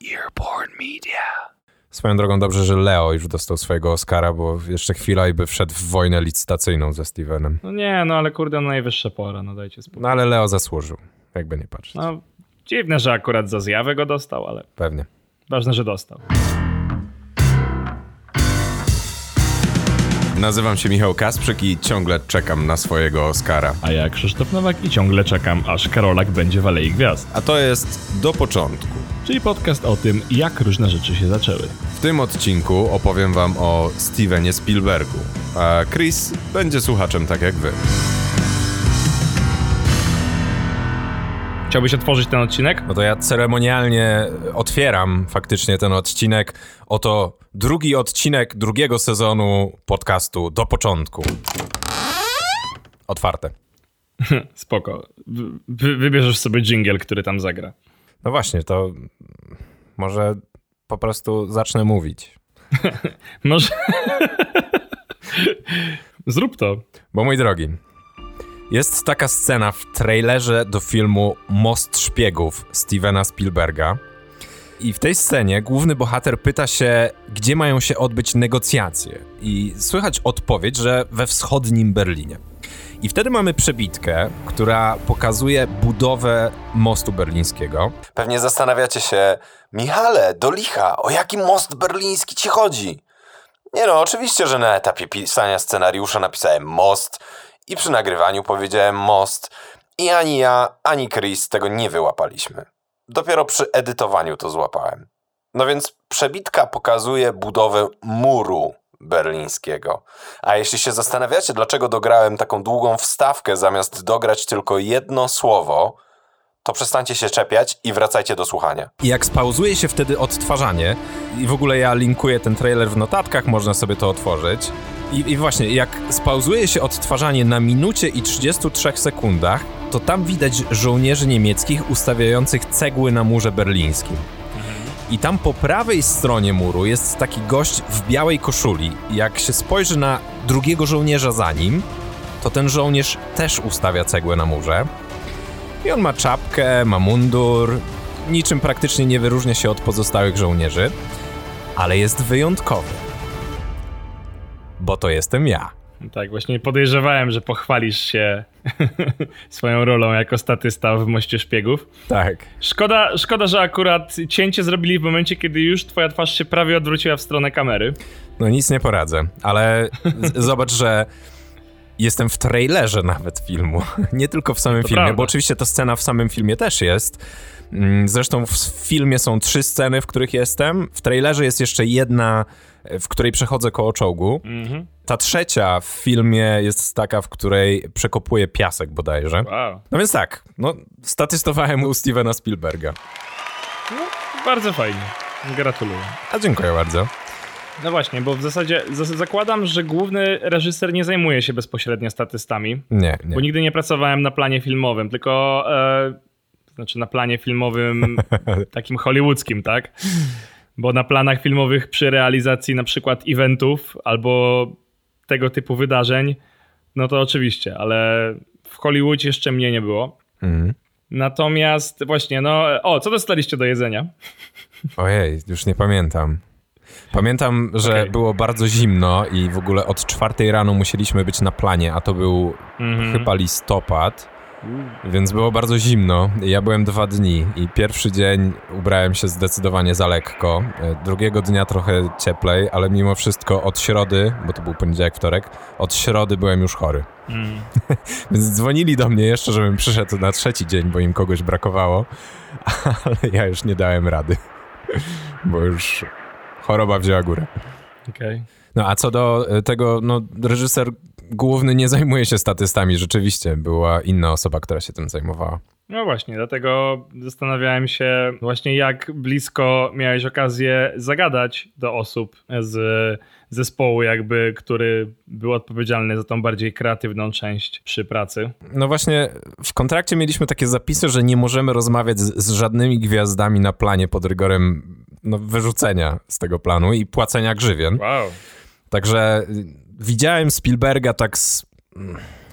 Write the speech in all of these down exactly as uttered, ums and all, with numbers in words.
Earborn Media. Swoją drogą dobrze, że Leo już dostał swojego Oscara, bo jeszcze chwila i by wszedł w wojnę licytacyjną ze Stevenem. No nie, no ale kurde, najwyższa pora, no dajcie spokój. No ale Leo zasłużył, jakby nie patrzeć. No dziwne, że akurat za zjawę go dostał, ale... Pewnie. Ważne, że dostał. Nazywam się Michał Kasprzyk i ciągle czekam na swojego Oscara. A ja Krzysztof Nowak i ciągle czekam, aż Karolak będzie w Alei Gwiazd. A to jest Do Początku. Czyli podcast o tym, jak różne rzeczy się zaczęły. W tym odcinku opowiem wam o Stevenie Spielbergu, a Chris będzie słuchaczem tak jak wy. Chciałbyś otworzyć ten odcinek? No to ja ceremonialnie otwieram faktycznie ten odcinek. Oto drugi odcinek drugiego sezonu podcastu Do Początku. Otwarte. Spoko. Wy, wybierzesz sobie dżingiel, który tam zagra. No właśnie, to może po prostu zacznę mówić. Może... Zrób to. Bo mój drogi, jest taka scena w trailerze do filmu Most Szpiegów Stevena Spielberga i w tej scenie główny bohater pyta się, gdzie mają się odbyć negocjacje i słychać odpowiedź, że we wschodnim Berlinie. I wtedy mamy przebitkę, która pokazuje budowę mostu berlińskiego. Pewnie zastanawiacie się, Michale, do licha, o jaki most berliński ci chodzi? Nie no, oczywiście, że na etapie pisania scenariusza napisałem most i przy nagrywaniu powiedziałem most i ani ja, ani Chris tego nie wyłapaliśmy. Dopiero przy edytowaniu to złapałem. No więc przebitka pokazuje budowę muru berlińskiego. A jeśli się zastanawiacie, dlaczego dograłem taką długą wstawkę zamiast dograć tylko jedno słowo, to przestańcie się czepiać i wracajcie do słuchania. I jak spauzuje się wtedy odtwarzanie, i w ogóle ja linkuję ten trailer w notatkach, można sobie to otworzyć, i, i właśnie jak spauzuje się odtwarzanie na minucie i trzydziestu trzech sekundach, to tam widać żołnierzy niemieckich ustawiających cegły na murze berlińskim. I tam po prawej stronie muru jest taki gość w białej koszuli. Jak się spojrzy na drugiego żołnierza za nim, to ten żołnierz też ustawia cegłę na murze. I on ma czapkę, ma mundur, niczym praktycznie nie wyróżnia się od pozostałych żołnierzy, ale jest wyjątkowy. Bo to jestem ja. Tak, właśnie podejrzewałem, że pochwalisz się swoją rolą jako statysta w Moście Szpiegów. Tak. Szkoda, szkoda, że akurat cięcie zrobili w momencie, kiedy już twoja twarz się prawie odwróciła w stronę kamery. No nic nie poradzę, ale z- zobacz, że jestem w trailerze nawet filmu, nie tylko w samym to filmie, prawda. bo oczywiście ta scena w samym filmie też jest. Zresztą w filmie są trzy sceny, w których jestem. W trailerze jest jeszcze jedna, w której przechodzę koło czołgu. Mhm. Ta trzecia w filmie jest taka, w której przekopuję piasek bodajże. Wow. No więc tak, no statystowałem u Stevena Spielberga. No, bardzo fajnie. Gratuluję. A dziękuję bardzo. No właśnie, bo w zasadzie z- zakładam, że główny reżyser nie zajmuje się bezpośrednio statystami. Nie, nie. Bo nigdy nie pracowałem na planie filmowym, tylko e, znaczy na planie filmowym takim hollywoodzkim, tak? Bo na planach filmowych przy realizacji na przykład eventów albo tego typu wydarzeń, no to oczywiście, ale w Hollywoodzie jeszcze mnie nie było. Mhm. Natomiast właśnie, no, o, co dostaliście do jedzenia? Ojej, już nie pamiętam. Pamiętam, że okay. było bardzo zimno i w ogóle od czwartej rano musieliśmy być na planie, a to był mm-hmm. chyba listopad, mm. więc było bardzo zimno. Ja byłem dwa dni i pierwszy dzień ubrałem się zdecydowanie za lekko, drugiego dnia trochę cieplej, ale mimo wszystko od środy, bo to był poniedziałek, wtorek, od środy byłem już chory. Mm. Więc dzwonili do mnie jeszcze, żebym przyszedł na trzeci dzień, bo im kogoś brakowało, ale ja już nie dałem rady, bo już... choroba wzięła górę. Okay. No a co do tego, no reżyser główny nie zajmuje się statystami, rzeczywiście była inna osoba, która się tym zajmowała. No właśnie, dlatego zastanawiałem się właśnie jak blisko miałeś okazję zagadać do osób z zespołu jakby, który był odpowiedzialny za tą bardziej kreatywną część przy pracy. No właśnie w kontrakcie mieliśmy takie zapisy, że nie możemy rozmawiać z, z żadnymi gwiazdami na planie pod rygorem no, wyrzucenia z tego planu i płacenia grzywien. Wow. Także widziałem Spielberga tak z,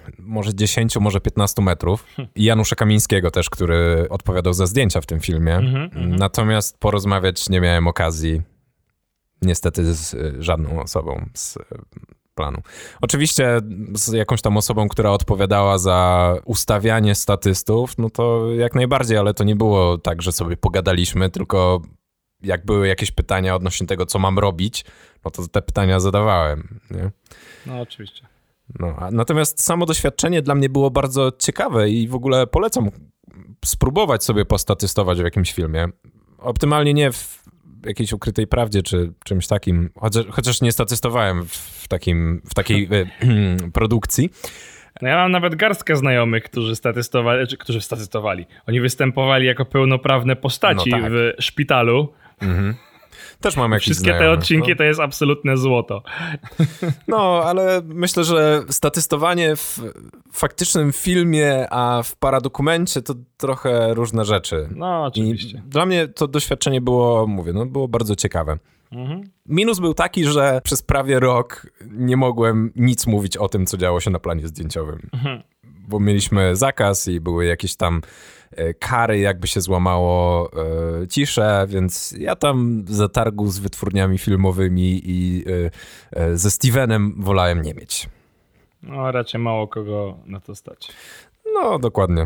może dziesięć, może piętnaście metrów. I Janusza Kamińskiego też, który odpowiadał za zdjęcia w tym filmie. Mm-hmm, Natomiast porozmawiać nie miałem okazji niestety z żadną osobą z planu. Oczywiście z jakąś tam osobą, która odpowiadała za ustawianie statystów, no to jak najbardziej, ale to nie było tak, że sobie pogadaliśmy, tylko jak były jakieś pytania odnośnie tego, co mam robić, no to te pytania zadawałem, nie? No oczywiście. No, a natomiast samo doświadczenie dla mnie było bardzo ciekawe i w ogóle polecam spróbować sobie postatystować w jakimś filmie. Optymalnie nie w jakiejś ukrytej prawdzie czy czymś takim, chociaż, chociaż nie statystowałem w, takim, w takiej produkcji. No ja mam nawet garstkę znajomych, którzy statystowali, czy którzy statystowali. Oni występowali jako pełnoprawne postaci no tak. w szpitalu. Mhm. Też mam jakieś Wszystkie znajomych, te odcinki no. to jest absolutne złoto. No, ale myślę, że statystowanie w faktycznym filmie, a w paradokumencie to trochę różne rzeczy. No, oczywiście. I dla mnie to doświadczenie było, mówię, no było bardzo ciekawe. Mhm. Minus był taki, że przez prawie rok nie mogłem nic mówić o tym, co działo się na planie zdjęciowym. Mhm. Bo mieliśmy zakaz i były jakieś tam kary, jakby się złamało e, ciszę, więc ja tam zatargu z wytwórniami filmowymi i e, e, ze Stevenem wolałem nie mieć. No, raczej mało kogo na to stać. No, dokładnie.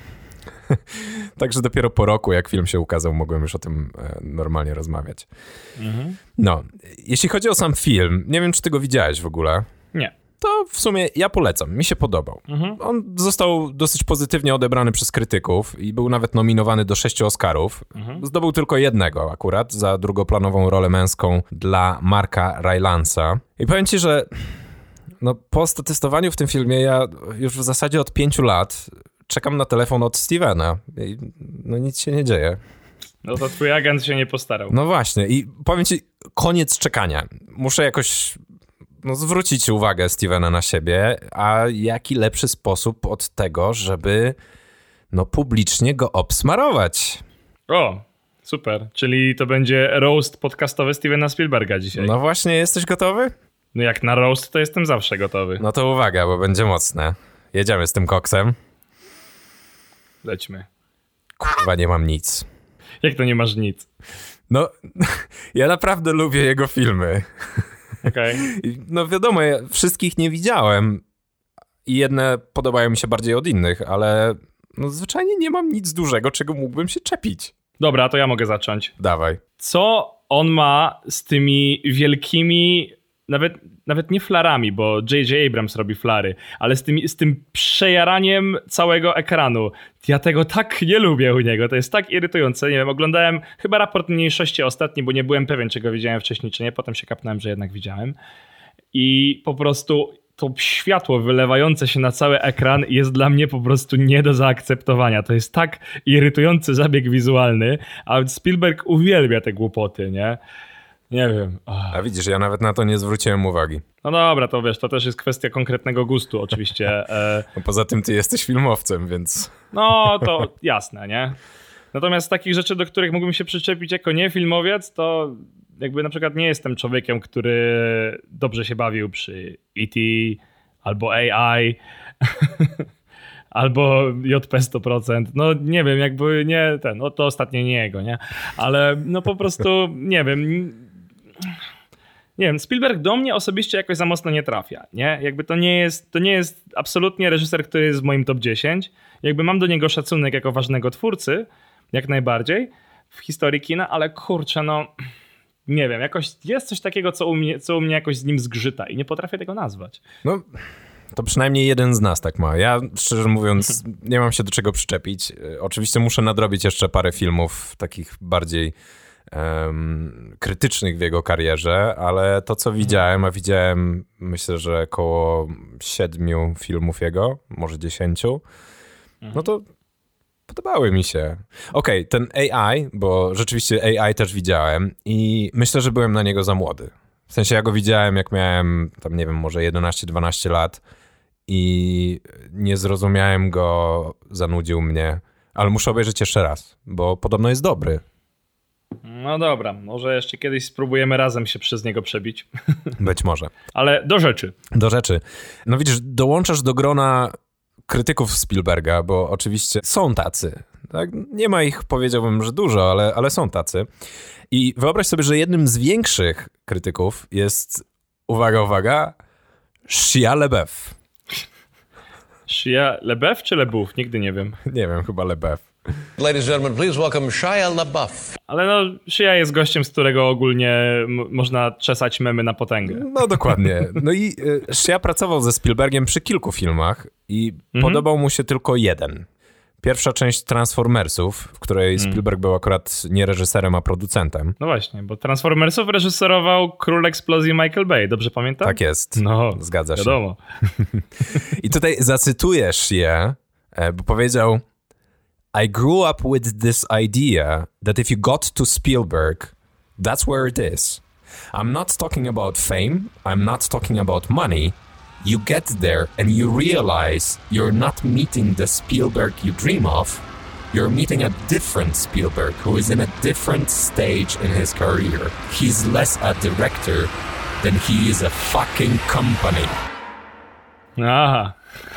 Także dopiero po roku, jak film się ukazał, mogłem już o tym e, normalnie rozmawiać. Mhm. No, jeśli chodzi o sam film, nie wiem, czy ty go widziałeś w ogóle. Nie. To w sumie ja polecam, mi się podobał. Mhm. On został dosyć pozytywnie odebrany przez krytyków i był nawet nominowany do sześciu Oscarów. Mhm. Zdobył tylko jednego akurat za drugoplanową rolę męską dla Marka Rylance'a. I powiem ci, że no, po statystowaniu w tym filmie ja już w zasadzie od pięciu lat czekam na telefon od Stevena i no nic się nie dzieje. No to twój agent się nie postarał. No właśnie i powiem ci, koniec czekania. Muszę jakoś no, zwrócić uwagę Stevena na siebie, a jaki lepszy sposób od tego, żeby no publicznie go obsmarować. O, super. Czyli to będzie roast podcastowy Stevena Spielberga dzisiaj. No właśnie, jesteś gotowy? No jak na roast, to jestem zawsze gotowy. No to uwaga, bo będzie mocne. Jedziemy z tym koksem. Lećmy. Kurwa, nie mam nic. Jak to nie masz nic? No, ja naprawdę lubię jego filmy. Okay. No wiadomo, ja wszystkich nie widziałem i jedne podobają mi się bardziej od innych, ale no zwyczajnie nie mam nic dużego, czego mógłbym się czepić. Dobra, to ja mogę zacząć. Dawaj. Co on ma z tymi wielkimi, nawet, nawet nie flarami, bo J J Abrams robi flary, ale z tym, z tym przejaraniem całego ekranu. Ja tego tak nie lubię u niego, to jest tak irytujące. Nie wiem, oglądałem chyba Raport Mniejszości ostatni, bo nie byłem pewien, czy go widziałem wcześniej, czy nie. Potem się kapnąłem, że jednak widziałem. I po prostu to światło wylewające się na cały ekran jest dla mnie po prostu nie do zaakceptowania. To jest tak irytujący zabieg wizualny, a Spielberg uwielbia te głupoty, nie? Nie wiem. Oh. A widzisz, ja nawet na to nie zwróciłem uwagi. No dobra, to wiesz, to też jest kwestia konkretnego gustu oczywiście. No poza tym ty jesteś filmowcem, więc... No to jasne, nie? Natomiast z takich rzeczy, do których mógłbym się przyczepić jako nie filmowiec, to jakby na przykład nie jestem człowiekiem, który dobrze się bawił przy E T albo A I albo J P sto procent. No nie wiem, jakby nie ten, no to ostatnie nie jego, nie? Ale no po prostu nie wiem... Nie wiem, Spielberg do mnie osobiście jakoś za mocno nie trafia, nie? Jakby to nie jest, to nie jest absolutnie reżyser, który jest w moim top dziesięć. Jakby mam do niego szacunek jako ważnego twórcy, jak najbardziej, w historii kina, ale kurczę, no nie wiem, jakoś jest coś takiego, co u mnie, co u mnie jakoś z nim zgrzyta i nie potrafię tego nazwać. No, to przynajmniej jeden z nas tak ma. Ja, szczerze mówiąc, nie mam się do czego przyczepić. Oczywiście muszę nadrobić jeszcze parę filmów takich bardziej Um, krytycznych w jego karierze, ale to, co widziałem, a widziałem myślę, że około siedmiu filmów jego, może dziesięciu, no to podobały mi się. Okej, okay, ten A I, bo rzeczywiście A I też widziałem i myślę, że byłem na niego za młody. W sensie ja go widziałem, jak miałem tam, nie wiem, może jedenaście dwanaście lat i nie zrozumiałem go, zanudził mnie, ale muszę obejrzeć jeszcze raz, bo podobno jest dobry. No dobra, może jeszcze kiedyś spróbujemy razem się przez niego przebić. Być może. Ale do rzeczy. Do rzeczy. No widzisz, dołączasz do grona krytyków Spielberga, bo oczywiście są tacy. Tak? Nie ma ich, powiedziałbym, że dużo, ale, ale są tacy. I wyobraź sobie, że jednym z większych krytyków jest, uwaga, uwaga, Shia LaBeouf. Shia LaBeouf czy LaBeouf? Nigdy nie wiem. Nie wiem, chyba LaBeouf. Ladies and gentlemen, please welcome Shia LaBeouf. Ale no, Shia jest gościem, z którego ogólnie m- można czesać memy na potęgę. No dokładnie. No i y, Shia pracował ze Spielbergiem przy kilku filmach i Mhm. podobał mu się tylko jeden. Pierwsza część Transformersów, w której Spielberg był akurat nie reżyserem, a producentem. No właśnie, bo Transformersów reżyserował Król Eksplozji Michael Bay, dobrze pamiętam? Tak jest. No, Zgadza się. wiadomo. I tutaj zacytuję Shia, e, bo powiedział: I grew up with this idea that if you got to Spielberg, that's where it is. I'm not talking about fame, I'm not talking about money. You get there and you realize you're not meeting the Spielberg you dream of. You're meeting a different Spielberg who is in a different stage in his career. He's less a director than he is a fucking company. Aha.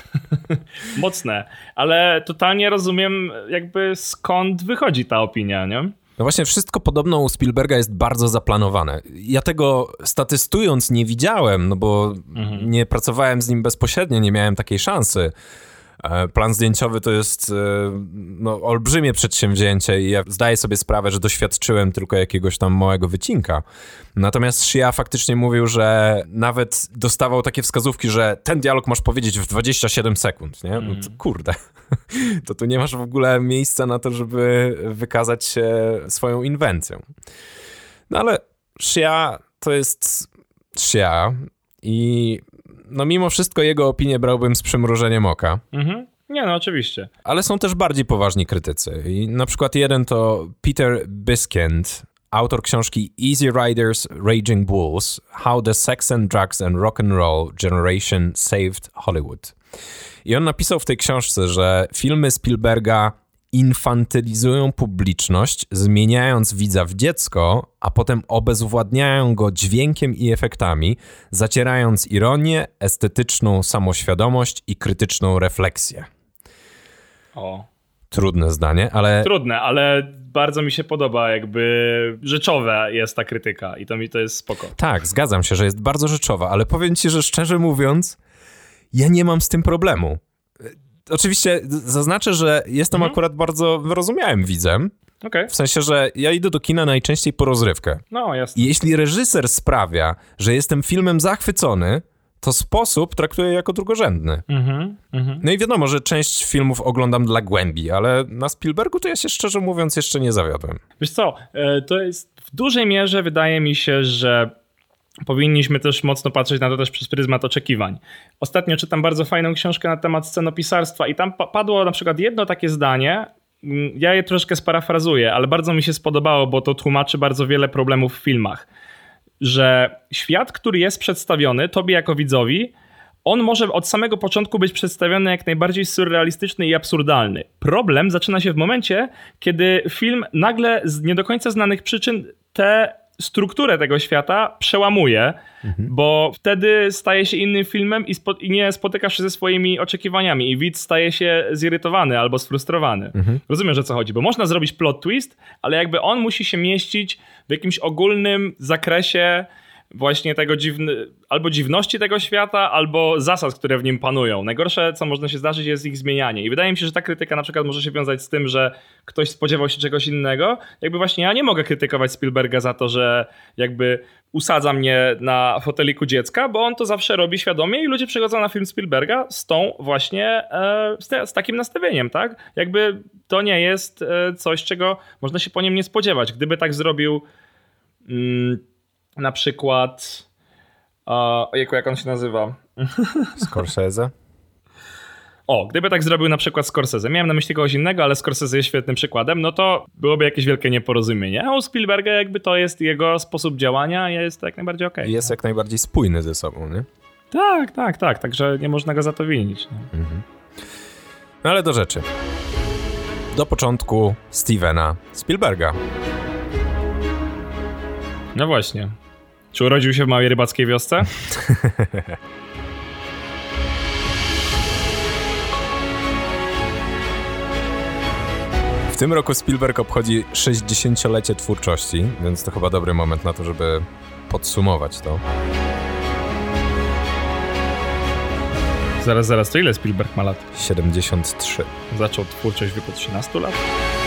Mocne. Ale totalnie rozumiem jakby skąd wychodzi ta opinia, nie? No właśnie, wszystko podobno u Spielberga jest bardzo zaplanowane. Ja tego statystując nie widziałem, no bo mhm. nie pracowałem z nim bezpośrednio, nie miałem takiej szansy. Plan zdjęciowy to jest no, olbrzymie przedsięwzięcie i ja zdaję sobie sprawę, że doświadczyłem tylko jakiegoś tam małego wycinka. Natomiast Shia faktycznie mówił, że nawet dostawał takie wskazówki, że ten dialog masz powiedzieć w dwadzieścia siedem sekund, nie? No to, kurde, to tu nie masz w ogóle miejsca na to, żeby wykazać się swoją inwencją. No ale Shia to jest Shia i no mimo wszystko jego opinię brałbym z przymrużeniem oka. Mhm. Nie, no oczywiście. Ale są też bardziej poważni krytycy. I na przykład jeden to Peter Biskind, autor książki Easy Riders, Raging Bulls, How the Sex and Drugs and Rock and Roll Generation Saved Hollywood. I on napisał w tej książce, że filmy Spielberga infantylizują publiczność, zmieniając widza w dziecko, a potem obezwładniają go dźwiękiem i efektami, zacierając ironię, estetyczną samoświadomość i krytyczną refleksję. O. Trudne zdanie, ale... Trudne, ale bardzo mi się podoba, jakby rzeczowa jest ta krytyka i to mi to jest spoko. Tak, zgadzam się, że jest bardzo rzeczowa, ale powiem ci, że szczerze mówiąc, ja nie mam z tym problemu. Oczywiście zaznaczę, że jestem mhm. akurat bardzo wyrozumiałym widzem. Okay. W sensie, że ja idę do kina najczęściej po rozrywkę. No, jasne. I jeśli reżyser sprawia, że jestem filmem zachwycony, to sposób traktuję jako drugorzędny. Mhm, mhm. No i wiadomo, że część filmów oglądam dla głębi, ale na Spielbergu to ja się szczerze mówiąc jeszcze nie zawiodłem. Wiesz co, to jest w dużej mierze wydaje mi się, że powinniśmy też mocno patrzeć na to też przez pryzmat oczekiwań. Ostatnio czytam bardzo fajną książkę na temat scenopisarstwa i tam padło na przykład jedno takie zdanie, ja je troszkę sparafrazuję, ale bardzo mi się spodobało, bo to tłumaczy bardzo wiele problemów w filmach, że świat, który jest przedstawiony tobie jako widzowi, on może od samego początku być przedstawiony jak najbardziej surrealistyczny i absurdalny. Problem zaczyna się w momencie, kiedy film nagle z nie do końca znanych przyczyn te strukturę tego świata przełamuje, mhm. bo wtedy staje się innym filmem i, spo, i nie spotykasz się ze swoimi oczekiwaniami i widz staje się zirytowany albo sfrustrowany. Mhm. Rozumiem, że co chodzi, bo można zrobić plot twist, ale jakby on musi się mieścić w jakimś ogólnym zakresie właśnie tego dziwny, albo dziwności tego świata, albo zasad, które w nim panują. Najgorsze, co można się zdarzyć, jest ich zmienianie. I wydaje mi się, że ta krytyka na przykład może się wiązać z tym, że ktoś spodziewał się czegoś innego. Jakby właśnie ja nie mogę krytykować Spielberga za to, że jakby usadza mnie na foteliku dziecka, bo on to zawsze robi świadomie i ludzie przychodzą na film Spielberga z tą właśnie, e, z, te, z takim nastawieniem, tak? Jakby to nie jest e, coś, czego można się po nim nie spodziewać. Gdyby tak zrobił... Mm, na przykład... Uh, ojejku, jak on się nazywa? Scorsese? O, gdyby tak zrobił na przykład Scorsese. Miałem na myśli kogoś innego, ale Scorsese jest świetnym przykładem, no to byłoby jakieś wielkie nieporozumienie. A u Spielberga jakby to jest jego sposób działania i jest jak najbardziej okej. Okay, jest no? jak najbardziej spójny ze sobą, nie? Tak, tak, tak. Także nie można go za to winić. Mhm. No ale do rzeczy. Do początku Stevena Spielberga. No właśnie. Czy urodził się w małej rybackiej wiosce? W tym roku Spielberg obchodzi sześćdziesięciolecie twórczości, więc to chyba dobry moment na to, żeby podsumować to. Zaraz, zaraz, to ile Spielberg ma lat? siedemdziesiąt trzy. Zaczął twórczość w wieku trzynastu lat?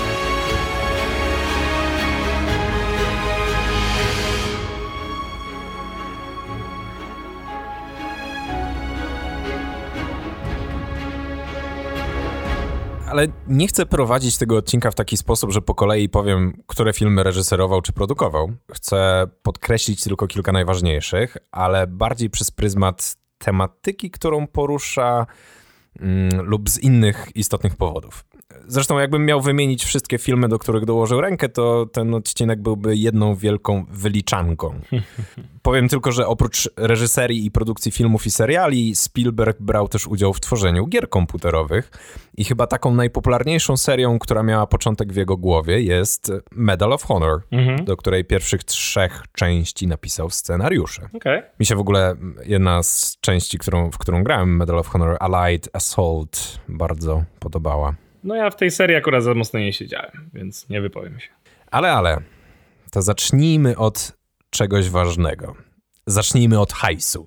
Ale nie chcę prowadzić tego odcinka w taki sposób, że po kolei powiem, które filmy reżyserował czy produkował. Chcę podkreślić tylko kilka najważniejszych, ale bardziej przez pryzmat tematyki, którą porusza mm, lub z innych istotnych powodów. Zresztą jakbym miał wymienić wszystkie filmy, do których dołożył rękę, to ten odcinek byłby jedną wielką wyliczanką. Powiem tylko, że oprócz reżyserii i produkcji filmów i seriali, Spielberg brał też udział w tworzeniu gier komputerowych i chyba taką najpopularniejszą serią, która miała początek w jego głowie, jest Medal of Honor, mhm. do której pierwszych trzech części napisał scenariusze. Okay. Mi się w ogóle jedna z części, którą, w którą grałem, Medal of Honor Allied Assault, bardzo podobała. No ja w tej serii akurat za mocno nie siedziałem, więc nie wypowiem się. Ale, ale, to zacznijmy od czegoś ważnego. Zacznijmy od hajsu.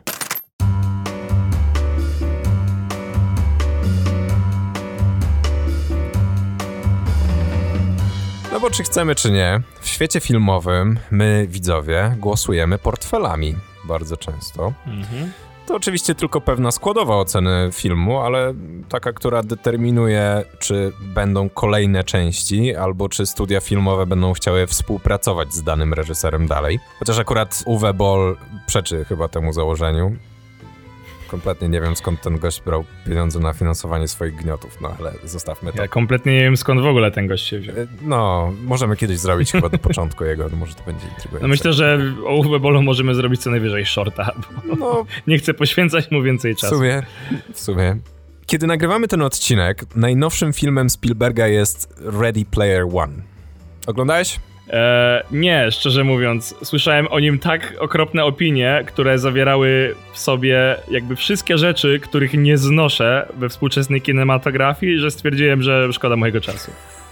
No bo czy chcemy, czy nie, w świecie filmowym my, widzowie, głosujemy portfelami bardzo często. Mhm. To oczywiście tylko pewna składowa oceny filmu, ale taka, która determinuje, czy będą kolejne części, albo czy studia filmowe będą chciały współpracować z danym reżyserem dalej. Chociaż akurat Uwe Boll przeczy chyba temu założeniu. Kompletnie nie wiem, skąd ten gość brał pieniądze na finansowanie swoich gniotów, no ale zostawmy to. Ja kompletnie nie wiem, skąd w ogóle ten gość się wziął. No, możemy kiedyś zrobić chyba do początku jego, no może to będzie intrygujące. No myślę, że o Uwe Bollu możemy zrobić co najwyżej shorta, bo no, nie chcę poświęcać mu więcej czasu. W sumie, w sumie. Kiedy nagrywamy ten odcinek, najnowszym filmem Spielberga jest Ready Player One. Oglądałeś? E, nie, szczerze mówiąc, słyszałem o nim tak okropne opinie, które zawierały w sobie jakby wszystkie rzeczy, których nie znoszę we współczesnej kinematografii, że stwierdziłem, że szkoda mojego czasu.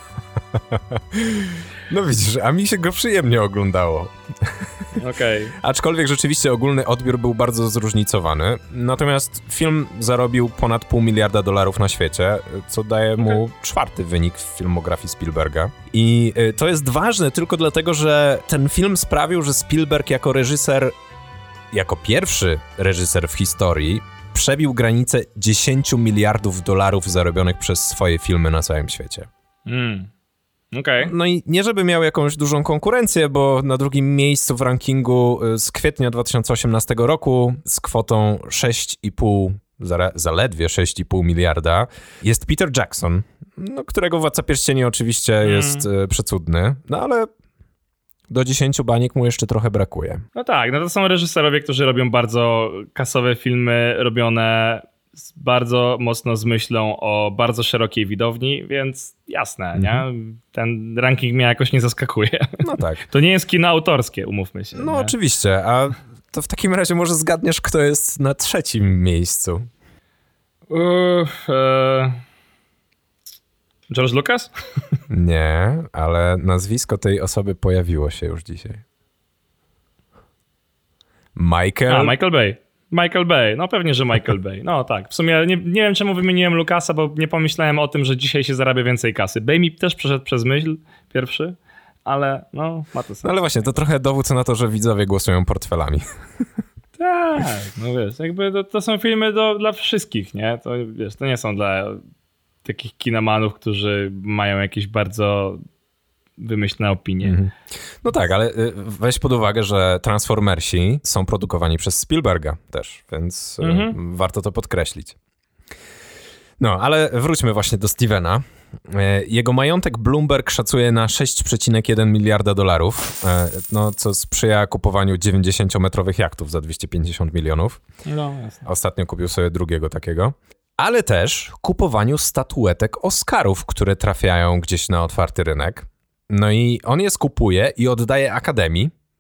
No widzisz, a mi się go przyjemnie oglądało. Okej. Okay. Aczkolwiek rzeczywiście ogólny odbiór był bardzo zróżnicowany. Natomiast film zarobił ponad pół miliarda dolarów na świecie, co daje mu okay. czwarty wynik w filmografii Spielberga. I to jest ważne tylko dlatego, że ten film sprawił, że Spielberg jako reżyser, jako pierwszy reżyser w historii, przebił granicę dziesięć miliardów dolarów zarobionych przez swoje filmy na całym świecie. Mm. Okay. No i nie żeby miał jakąś dużą konkurencję, bo na drugim miejscu w rankingu z kwietnia dwa tysiące osiemnastego roku z kwotą sześć i pół, zaledwie sześć i pół miliarda jest Peter Jackson, no, którego Władca Pierścieni oczywiście mm. jest e, przecudny, no ale do dziesięciu baniek mu jeszcze trochę brakuje. No tak, no to są reżyserowie, którzy robią bardzo kasowe filmy, robione bardzo mocno z myślą o bardzo szerokiej widowni, więc jasne, mm-hmm. nie? Ten ranking mnie jakoś nie zaskakuje. No tak. To nie jest kino autorskie, umówmy się. No nie? oczywiście, a to w takim razie może zgadniesz, kto jest na trzecim miejscu? Uff, e... George Lucas? Nie, ale nazwisko tej osoby pojawiło się już dzisiaj. Michael... A, Michael Bay. Michael Bay, no pewnie, że Michael Bay. No tak, w sumie nie, nie wiem, czemu wymieniłem Lucasa, bo nie pomyślałem o tym, że dzisiaj się zarabia więcej kasy. Bay mi też przeszedł przez myśl pierwszy, ale no, ma to sens. No ale właśnie, to trochę dowód na to, że widzowie głosują portfelami. Tak, no wiesz, jakby to, to są filmy do, dla wszystkich, nie? To wiesz, to nie są dla takich kinomanów, którzy mają jakieś bardzo wymyślne opinie. Mhm. No tak, ale weź pod uwagę, że Transformersi są produkowani przez Spielberga też, więc mhm. warto to podkreślić. No, ale wróćmy właśnie do Stevena. Jego majątek Bloomberg szacuje na sześć przecinek jeden miliarda dolarów, no, co sprzyja kupowaniu dziewięćdziesięciometrowych jachtów za dwieście pięćdziesiąt milionów. No, jasne. Ostatnio kupił sobie drugiego takiego. Ale też kupowaniu statuetek Oscarów, które trafiają gdzieś na otwarty rynek. No i on je skupuje i oddaje Akademii,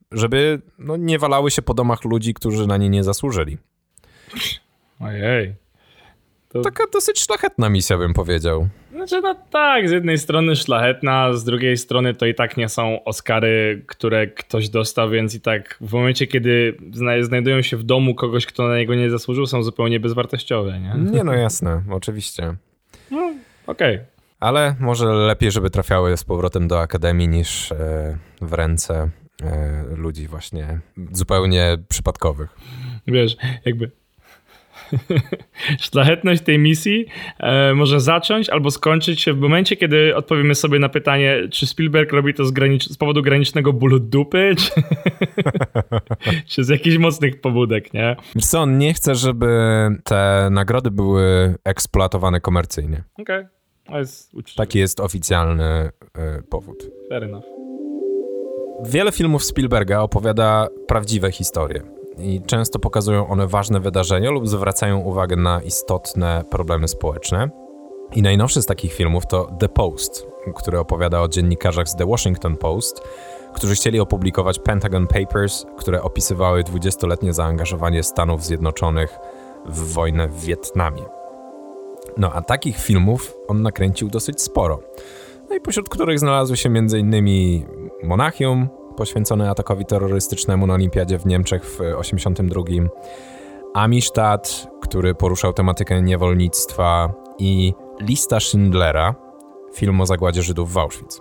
żeby no, nie walały się po domach ludzi, którzy na nie nie zasłużyli. Ojej. To... Taka dosyć szlachetna misja, bym powiedział. Znaczy, no tak, z jednej strony szlachetna, z drugiej strony to i tak nie są Oscary, które ktoś dostał, więc i tak w momencie, kiedy zna- znajdują się w domu kogoś, kto na niego nie zasłużył, są zupełnie bezwartościowe, nie? Nie, no jasne, oczywiście. No, okej. Okay. Ale może lepiej, żeby trafiały z powrotem do Akademii niż e, w ręce e, ludzi właśnie zupełnie przypadkowych. Wiesz, jakby szlachetność tej misji e, może zacząć albo skończyć się w momencie, kiedy odpowiemy sobie na pytanie, czy Spielberg robi to z, granicz- z powodu granicznego bólu dupy, czy, czy z jakichś mocnych pobudek, nie? Wiesz co, on nie chce, żeby te nagrody były eksploatowane komercyjnie. Okej. Okay. Jest Taki jest oficjalny y, powód. Fair enough. Wiele filmów Spielberga opowiada prawdziwe historie i często pokazują one ważne wydarzenia lub zwracają uwagę na istotne problemy społeczne. I najnowszy z takich filmów to The Post, który opowiada o dziennikarzach z The Washington Post, którzy chcieli opublikować Pentagon Papers, które opisywały dwudziestoletnie zaangażowanie Stanów Zjednoczonych w wojnę w Wietnamie. No a takich filmów on nakręcił dosyć sporo. No i pośród których znalazły się m.in. Monachium, poświęcone atakowi terrorystycznemu na Olimpiadzie w Niemczech w osiemdziesiątym drugim, Amistad, który poruszał tematykę niewolnictwa, i Lista Schindlera, film o zagładzie Żydów w Auschwitz.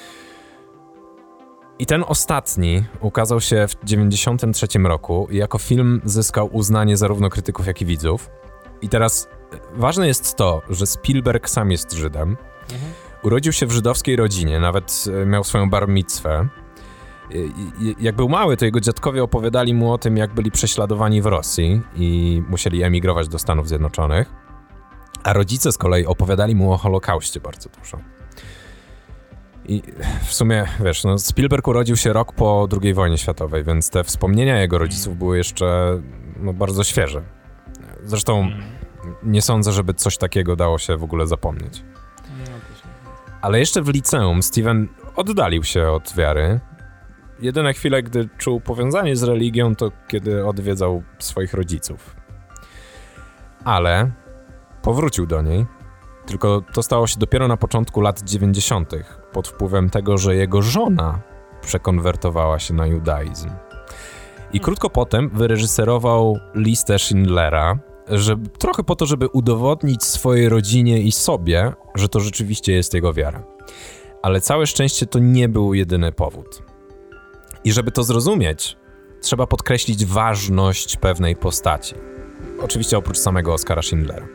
I ten ostatni ukazał się w dziewięćdziesiątym trzecim roku i jako film zyskał uznanie zarówno krytyków, jak i widzów. I teraz ważne jest to, że Spielberg sam jest Żydem. Mhm. Urodził się w żydowskiej rodzinie, nawet miał swoją bar micwę. Jak był mały, to jego dziadkowie opowiadali mu o tym, jak byli prześladowani w Rosji i musieli emigrować do Stanów Zjednoczonych. A rodzice z kolei opowiadali mu o Holokauście bardzo dużo. I w sumie, wiesz, no Spielberg urodził się rok po drugiej wojnie światowej, więc te wspomnienia jego rodziców były jeszcze no, bardzo świeże. Zresztą nie sądzę, żeby coś takiego dało się w ogóle zapomnieć. Ale jeszcze w liceum Steven oddalił się od wiary. Jedyne chwile, gdy czuł powiązanie z religią, to kiedy odwiedzał swoich rodziców. Ale powrócił do niej, tylko to stało się dopiero na początku lat dziewięćdziesiątych, pod wpływem tego, że jego żona przekonwertowała się na judaizm. I krótko potem wyreżyserował Listę Schindlera, żeby, trochę po to, żeby udowodnić swojej rodzinie i sobie, że to rzeczywiście jest jego wiara. Ale całe szczęście to nie był jedyny powód. I żeby to zrozumieć, trzeba podkreślić ważność pewnej postaci. Oczywiście oprócz samego Oskara Schindlera.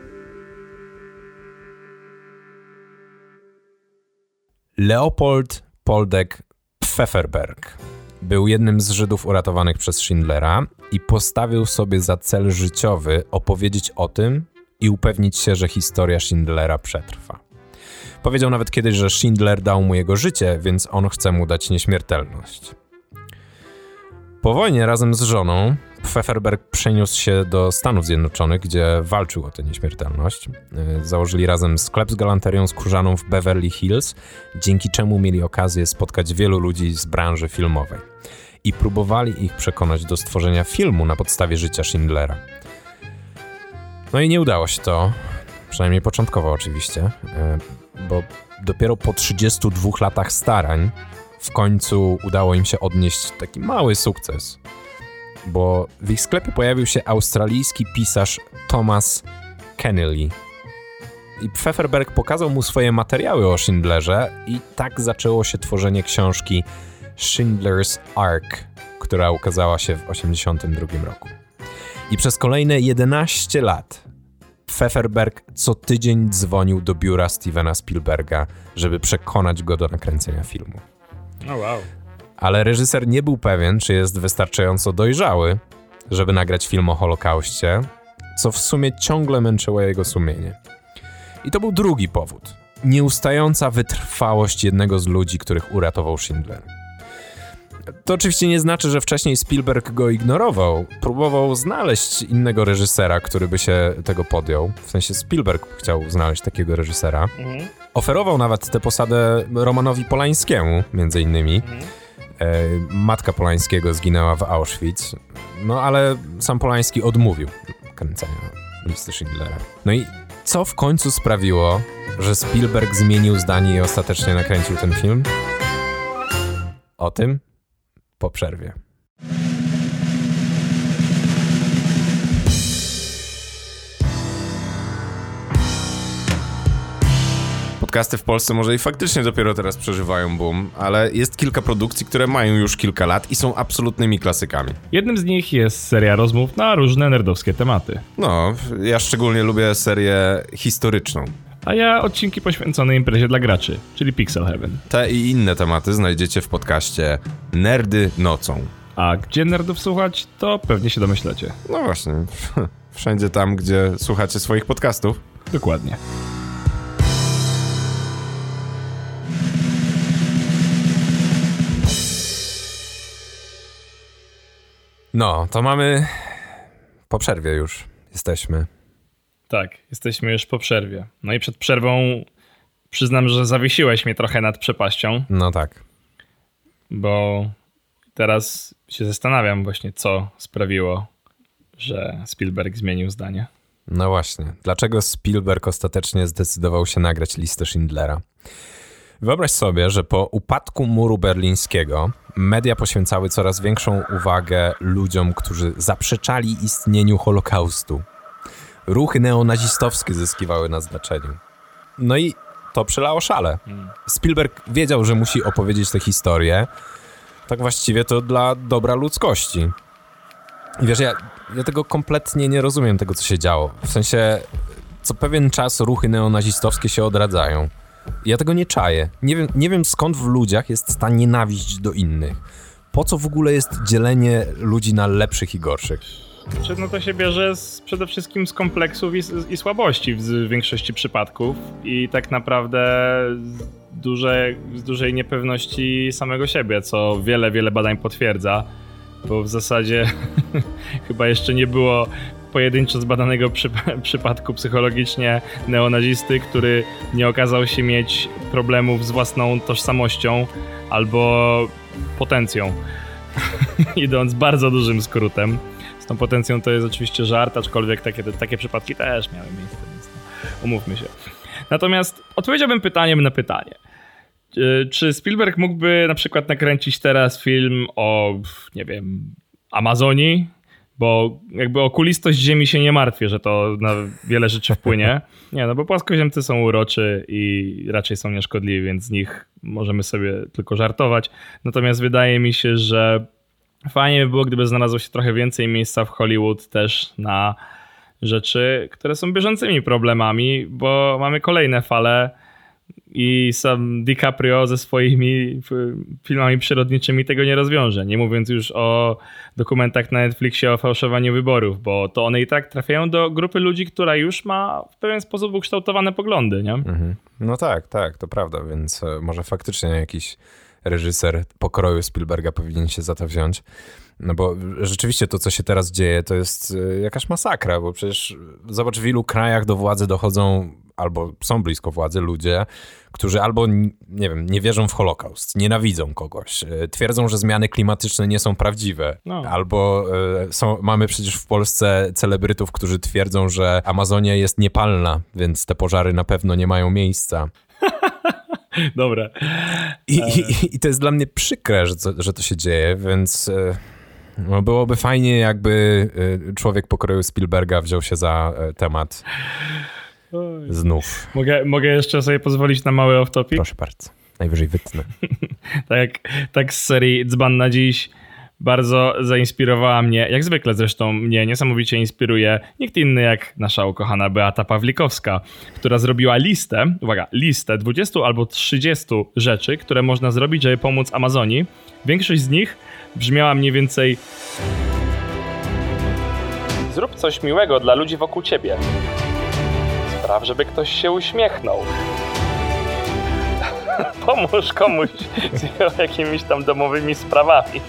Leopold Poldek Pfefferberg był jednym z Żydów uratowanych przez Schindlera i postawił sobie za cel życiowy opowiedzieć o tym i upewnić się, że historia Schindlera przetrwa. Powiedział nawet kiedyś, że Schindler dał mu jego życie, więc on chce mu dać nieśmiertelność. Po wojnie razem z żoną Pfefferberg przeniósł się do Stanów Zjednoczonych, gdzie walczył o tę nieśmiertelność. Założyli razem sklep z galanterią skórzaną w Beverly Hills, dzięki czemu mieli okazję spotkać wielu ludzi z branży filmowej. I próbowali ich przekonać do stworzenia filmu na podstawie życia Schindlera. No i nie udało się to, przynajmniej początkowo oczywiście, bo dopiero po trzydziestu dwóch latach starań w końcu udało im się odnieść taki mały sukces, bo w ich sklepie pojawił się australijski pisarz Thomas Keneally. I Pfefferberg pokazał mu swoje materiały o Schindlerze i tak zaczęło się tworzenie książki Schindler's Ark, która ukazała się w osiemdziesiątym drugim roku. I przez kolejne jedenaście lat Pfefferberg co tydzień dzwonił do biura Stevena Spielberga, żeby przekonać go do nakręcenia filmu. Oh, wow. Ale reżyser nie był pewien, czy jest wystarczająco dojrzały, żeby nagrać film o Holokauście, co w sumie ciągle męczyło jego sumienie. I to był drugi powód. Nieustająca wytrwałość jednego z ludzi, których uratował Schindler. To oczywiście nie znaczy, że wcześniej Spielberg go ignorował. Próbował znaleźć innego reżysera, który by się tego podjął. W sensie Spielberg chciał znaleźć takiego reżysera. Mhm. Oferował nawet tę posadę Romanowi Polańskiemu, między innymi. Mhm. Matka Polańskiego zginęła w Auschwitz, no ale sam Polański odmówił kręcenia Listy Schindlera. No i co w końcu sprawiło, że Spielberg zmienił zdanie i ostatecznie nakręcił ten film? O tym po przerwie. Podcasty w Polsce może i faktycznie dopiero teraz przeżywają boom, ale jest kilka produkcji, które mają już kilka lat i są absolutnymi klasykami. Jednym z nich jest seria rozmów na różne nerdowskie tematy. No, ja szczególnie lubię serię historyczną. A ja odcinki poświęcone imprezie dla graczy, czyli Pixel Heaven. Te i inne tematy znajdziecie w podcaście Nerdy nocą. A gdzie nerdów słuchać, to pewnie się domyślacie. No właśnie, wszędzie tam, gdzie słuchacie swoich podcastów. Dokładnie. No, to mamy po przerwie już. Jesteśmy. Tak, jesteśmy już po przerwie. No i przed przerwą przyznam, że zawiesiłeś mnie trochę nad przepaścią. No tak. Bo teraz się zastanawiam właśnie, co sprawiło, że Spielberg zmienił zdanie. No właśnie. Dlaczego Spielberg ostatecznie zdecydował się nagrać Listę Schindlera? Wyobraź sobie, że po upadku muru berlińskiego media poświęcały coraz większą uwagę ludziom, którzy zaprzeczali istnieniu Holokaustu. Ruchy neonazistowskie zyskiwały na znaczeniu. No i to przelało szale. Spielberg wiedział, że musi opowiedzieć tę historię. Tak właściwie to dla dobra ludzkości. I wiesz, ja, ja tego kompletnie nie rozumiem, tego co się działo. W sensie, co pewien czas ruchy neonazistowskie się odradzają. Ja tego nie czaję. Nie wiem, nie wiem skąd w ludziach jest ta nienawiść do innych. Po co w ogóle jest dzielenie ludzi na lepszych i gorszych? No to się bierze z, przede wszystkim z kompleksów i, i słabości w większości przypadków i tak naprawdę z, duże, z dużej niepewności samego siebie, co wiele, wiele badań potwierdza, bo w zasadzie chyba jeszcze nie było pojedynczo zbadanego przy, przypadku psychologicznie neonazisty, który nie okazał się mieć problemów z własną tożsamością albo potencją. Idąc bardzo dużym skrótem. Z tą potencją to jest oczywiście żart, aczkolwiek takie, takie przypadki też miały miejsce, więc no, umówmy się. Natomiast odpowiedziałbym pytaniem na pytanie. Czy Spielberg mógłby na przykład nakręcić teraz film o, nie wiem, Amazonii? Bo jakby okulistość Ziemi się nie martwię, że to na wiele rzeczy wpłynie. Nie, no bo płaskoziemcy są uroczy i raczej są nieszkodliwi, więc z nich możemy sobie tylko żartować. Natomiast wydaje mi się, że fajnie by było, gdyby znalazło się trochę więcej miejsca w Hollywood też na rzeczy, które są bieżącymi problemami, bo mamy kolejne fale i sam DiCaprio ze swoimi filmami przyrodniczymi tego nie rozwiąże. Nie mówiąc już o dokumentach na Netflixie o fałszowaniu wyborów, bo to one i tak trafiają do grupy ludzi, która już ma w pewien sposób ukształtowane poglądy, nie? Mhm. No tak, tak, to prawda, więc może faktycznie jakiś reżyser pokroju Spielberga powinien się za to wziąć. No bo rzeczywiście to, co się teraz dzieje, to jest jakaś masakra, bo przecież zobacz, w ilu krajach do władzy dochodzą albo są blisko władzy ludzie, którzy albo, nie wiem, nie wierzą w Holokaust, nienawidzą kogoś, twierdzą, że zmiany klimatyczne nie są prawdziwe, no. albo y, są, mamy przecież w Polsce celebrytów, którzy twierdzą, że Amazonia jest niepalna, więc te pożary na pewno nie mają miejsca. Dobra. I, i, I to jest dla mnie przykre, że, że to się dzieje, więc y, no byłoby fajnie, jakby y, człowiek pokroju Spielberga wziął się za y, temat. Znów. Mogę, mogę jeszcze sobie pozwolić na mały off-topic? Proszę bardzo. Najwyżej wytnę. tak, tak z serii Dzban na dziś bardzo zainspirowała mnie, jak zwykle zresztą mnie niesamowicie inspiruje nikt inny jak nasza ukochana Beata Pawlikowska, która zrobiła listę, uwaga, listę dwudziestu albo trzydziestu rzeczy, które można zrobić, żeby pomóc Amazonii. Większość z nich brzmiała mniej więcej: zrób coś miłego dla ludzi wokół ciebie. Spraw, żeby ktoś się uśmiechnął. Pomóż komuś z jakimiś tam domowymi sprawami.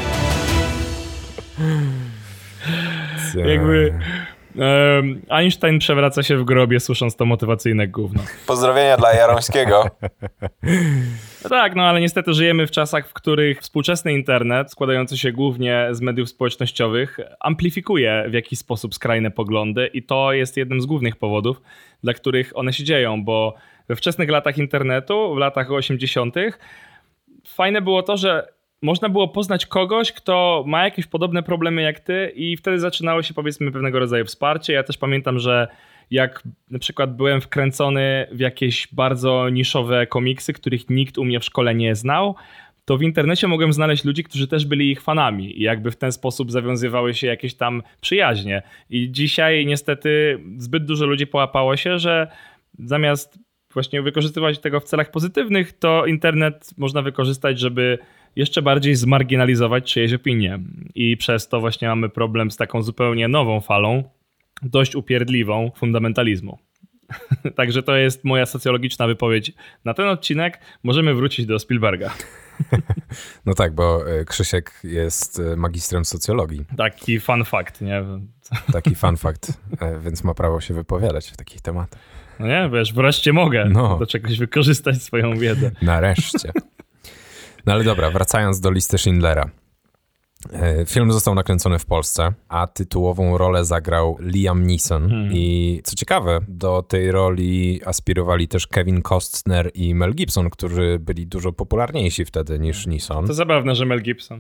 Jakby um, Einstein przewraca się w grobie, słysząc to motywacyjne gówno. Pozdrowienia dla Jarońskiego. No tak, no ale niestety żyjemy w czasach, w których współczesny internet, składający się głównie z mediów społecznościowych, amplifikuje w jakiś sposób skrajne poglądy i to jest jednym z głównych powodów, dla których one się dzieją, bo we wczesnych latach internetu, w latach osiemdziesiątych, fajne było to, że można było poznać kogoś, kto ma jakieś podobne problemy jak ty i wtedy zaczynało się, powiedzmy, pewnego rodzaju wsparcie. Ja też pamiętam, że jak na przykład byłem wkręcony w jakieś bardzo niszowe komiksy, których nikt u mnie w szkole nie znał, to w internecie mogłem znaleźć ludzi, którzy też byli ich fanami i jakby w ten sposób zawiązywały się jakieś tam przyjaźnie. I dzisiaj niestety zbyt dużo ludzi połapało się, że zamiast właśnie wykorzystywać tego w celach pozytywnych, to internet można wykorzystać, żeby jeszcze bardziej zmarginalizować czyjeś opinie. I przez to właśnie mamy problem z taką zupełnie nową falą, dość upierdliwą fundamentalizmu. Także to jest moja socjologiczna wypowiedź na ten odcinek. Możemy wrócić do Spielberga. No tak, bo Krzysiek jest magistrem socjologii. Taki fun fact, nie? Taki fun fact, więc ma prawo się wypowiadać w takich tematach. No nie, wiesz, wreszcie mogę no. do czegoś wykorzystać swoją wiedzę. Nareszcie. No ale dobra, wracając do listy Schindlera. Film został nakręcony w Polsce, a tytułową rolę zagrał Liam Neeson. Hmm. I co ciekawe, do tej roli aspirowali też Kevin Costner i Mel Gibson, którzy byli dużo popularniejsi wtedy niż Neeson. To zabawne, że Mel Gibson.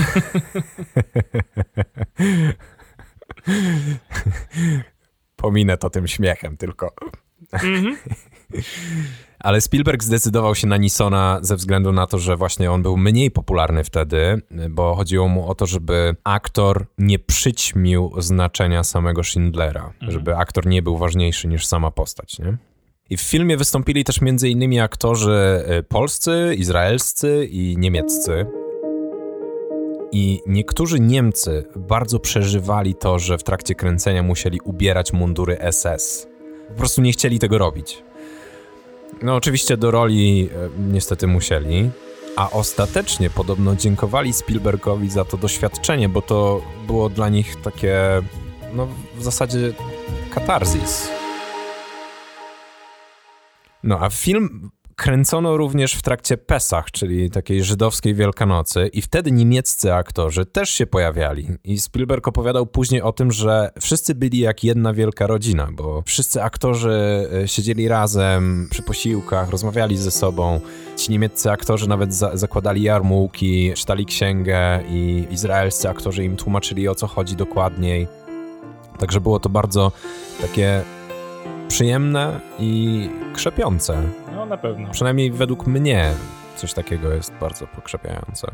Pominę to tym śmiechem tylko. Mm-hmm. Ale Spielberg zdecydował się na Neesona ze względu na to, że właśnie on był mniej popularny wtedy, bo chodziło mu o to, żeby aktor nie przyćmił znaczenia samego Schindlera, mhm. żeby aktor nie był ważniejszy niż sama postać, nie? I w filmie wystąpili też między innymi aktorzy polscy, izraelscy i niemieccy. I niektórzy Niemcy bardzo przeżywali to, że w trakcie kręcenia musieli ubierać mundury S S. Po prostu nie chcieli tego robić. No oczywiście do roli e, niestety musieli, a ostatecznie podobno dziękowali Spielbergowi za to doświadczenie, bo to było dla nich takie, no w zasadzie katarzis. No a film kręcono również w trakcie Pesach, czyli takiej żydowskiej Wielkanocy i wtedy niemieccy aktorzy też się pojawiali. I Spielberg opowiadał później o tym, że wszyscy byli jak jedna wielka rodzina, bo wszyscy aktorzy siedzieli razem przy posiłkach, rozmawiali ze sobą. Ci niemieccy aktorzy nawet za- zakładali jarmułki, czytali księgę i izraelscy aktorzy im tłumaczyli, o co chodzi dokładniej. Także było to bardzo takie przyjemne i krzepiące. No na pewno. Przynajmniej według mnie coś takiego jest bardzo pokrzepiające.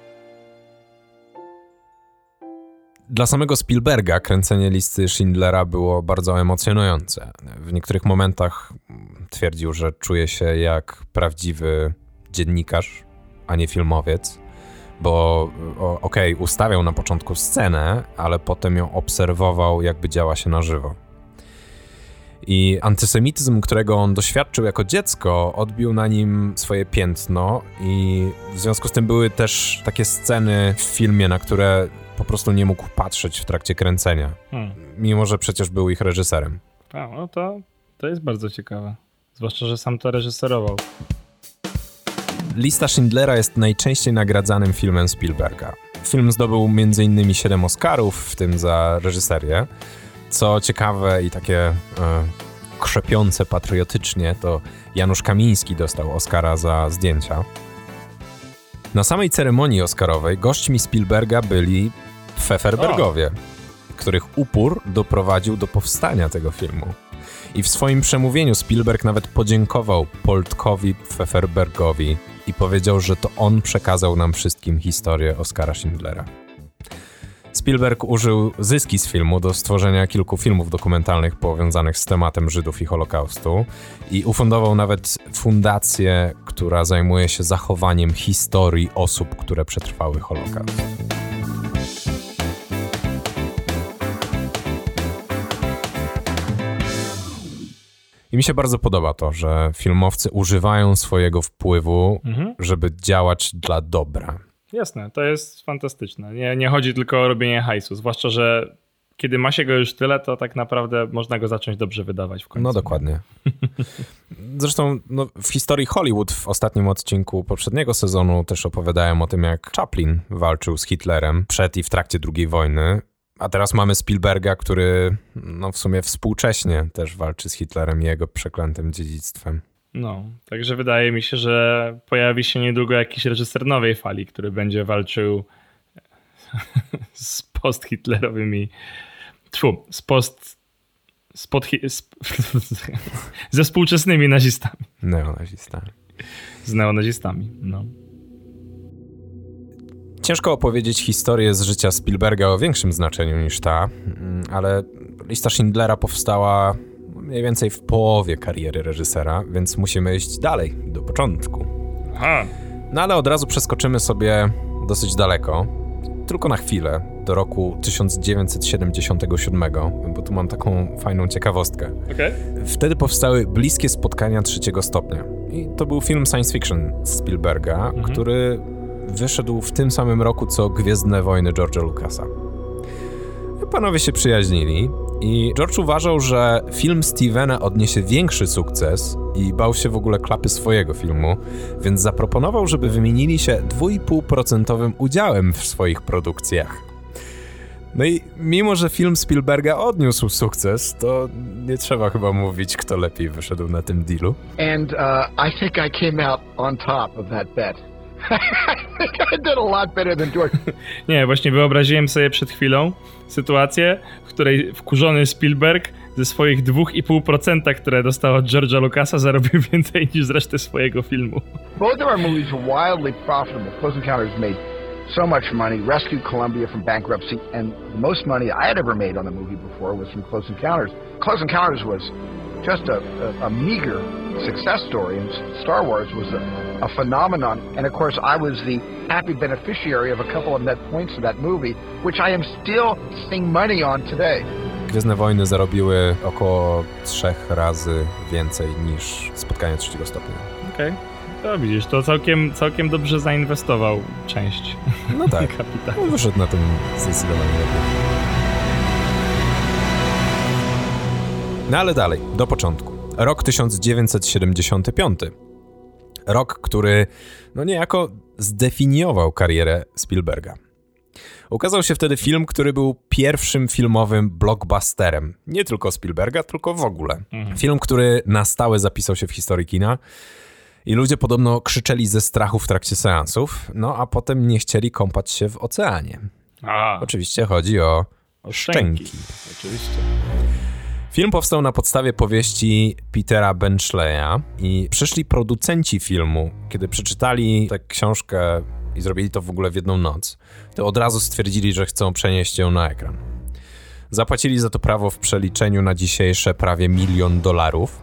Dla samego Spielberga kręcenie listy Schindlera było bardzo emocjonujące. W niektórych momentach twierdził, że czuje się jak prawdziwy dziennikarz, a nie filmowiec, bo okej, okay, ustawiał na początku scenę, ale potem ją obserwował, jakby działa się na żywo. I antysemityzm, którego on doświadczył jako dziecko, odbił na nim swoje piętno i w związku z tym były też takie sceny w filmie, na które po prostu nie mógł patrzeć w trakcie kręcenia, hmm. mimo że przecież był ich reżyserem. A, no to, to jest bardzo ciekawe, zwłaszcza, że sam to reżyserował. Lista Schindlera jest najczęściej nagradzanym filmem Spielberga. Film zdobył między innymi siedem Oscarów, w tym za reżyserię. Co ciekawe i takie e, krzepiące patriotycznie, to Janusz Kamiński dostał Oscara za zdjęcia. Na samej ceremonii oscarowej gośćmi Spielberga byli Pfefferbergowie, o. których upór doprowadził do powstania tego filmu. I w swoim przemówieniu Spielberg nawet podziękował Poltkowi Pfefferbergowi i powiedział, że to on przekazał nam wszystkim historię Oskara Schindlera. Spielberg użył zyski z filmu do stworzenia kilku filmów dokumentalnych powiązanych z tematem Żydów i Holokaustu i ufundował nawet fundację, która zajmuje się zachowaniem historii osób, które przetrwały Holokaust. I mi się bardzo podoba to, że filmowcy używają swojego wpływu, mhm. żeby działać dla dobra. Jasne, to jest fantastyczne. Nie, nie chodzi tylko o robienie hajsu, zwłaszcza, że kiedy ma się go już tyle, to tak naprawdę można go zacząć dobrze wydawać w końcu. No dokładnie. Zresztą no, w historii Hollywood w ostatnim odcinku poprzedniego sezonu też opowiadałem o tym, jak Chaplin walczył z Hitlerem przed i w trakcie drugiej wojny. A teraz mamy Spielberga, który no w sumie współcześnie też walczy z Hitlerem i jego przeklętym dziedzictwem. No, także wydaje mi się, że pojawi się niedługo jakiś reżyser nowej fali, który będzie walczył z posthitlerowymi, tfu, z post, z pod, z, ze współczesnymi nazistami. Neonazistami. Z neonazistami, no. Ciężko opowiedzieć historię z życia Spielberga o większym znaczeniu niż ta, ale lista Schindlera powstała mniej więcej w połowie kariery reżysera, więc musimy iść dalej, do początku. Aha. No ale od razu przeskoczymy sobie dosyć daleko, tylko na chwilę, do roku tysiąc dziewięćset siedemdziesiątego siódmego, bo tu mam taką fajną ciekawostkę. Okay. Wtedy powstały Bliskie spotkania trzeciego stopnia. I to był film science fiction Spielberga, mhm. który wyszedł w tym samym roku, co Gwiezdne Wojny George'a Lucasa. Panowie się przyjaźnili i George uważał, że film Stevena odniesie większy sukces i bał się w ogóle klapy swojego filmu, więc zaproponował, żeby wymienili się dwa i pół procent udziałem w swoich produkcjach. No i mimo, że film Spielberga odniósł sukces, to nie trzeba chyba mówić, kto lepiej wyszedł na tym dealu. And uh, I think I came out on top of that bet. I think I did a lot better than George. Nie, właśnie wyobraziłem sobie przed chwilą sytuację, w której wkurzony Spielberg ze swoich dwa i pół procent, które dostał od George'a Lucasa, zarobił więcej niż z reszty swojego filmu. Both of our movies were wildly profitable. Close Encounters made so much money, rescued Columbia from bankruptcy, and the most money I had ever made on a movie before was from Close Encounters. Close Encounters was just a, a, a meager success story, and Star Wars was a, a phenomenon. And of course, I was the happy beneficiary of a couple of net points of that movie, which I am still seeing money on today. Gwiezdne Wojny zarobiły około trzech razy więcej niż Spotkanie trzeciego stopnia. Okej. Okay. To widzisz, to całkiem, całkiem dobrze zainwestował część. No tak, kapitału. No, wyszedł na tym zdecydowanie lepiej. No ale dalej, do początku. Rok tysiąc dziewięćset siedemdziesiąty piąty. Rok, który no niejako zdefiniował karierę Spielberga. Ukazał się wtedy film, który był pierwszym filmowym blockbusterem. Nie tylko Spielberga, tylko w ogóle. Mhm. Film, który na stałe zapisał się w historii kina. I ludzie podobno krzyczeli ze strachu w trakcie seansów, no a potem nie chcieli kąpać się w oceanie. A. Oczywiście chodzi o, o szczęki. szczęki. Oczywiście. Film powstał na podstawie powieści Petera Benchleya i przyszli producenci filmu, kiedy przeczytali tę książkę i zrobili to w ogóle w jedną noc, to od razu stwierdzili, że chcą przenieść ją na ekran. Zapłacili za to prawo w przeliczeniu na dzisiejsze prawie milion dolarów.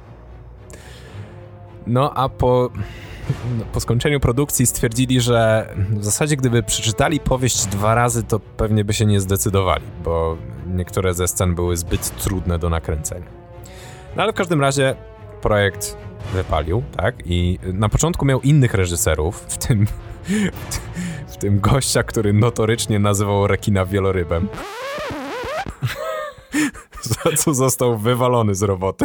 No a po, po skończeniu produkcji stwierdzili, że w zasadzie gdyby przeczytali powieść dwa razy, to pewnie by się nie zdecydowali, bo niektóre ze scen były zbyt trudne do nakręcenia. No ale w każdym razie projekt wypalił, tak? I na początku miał innych reżyserów, w tym, w tym gościa, który notorycznie nazywał rekina wielorybem. Za co został wywalony z roboty.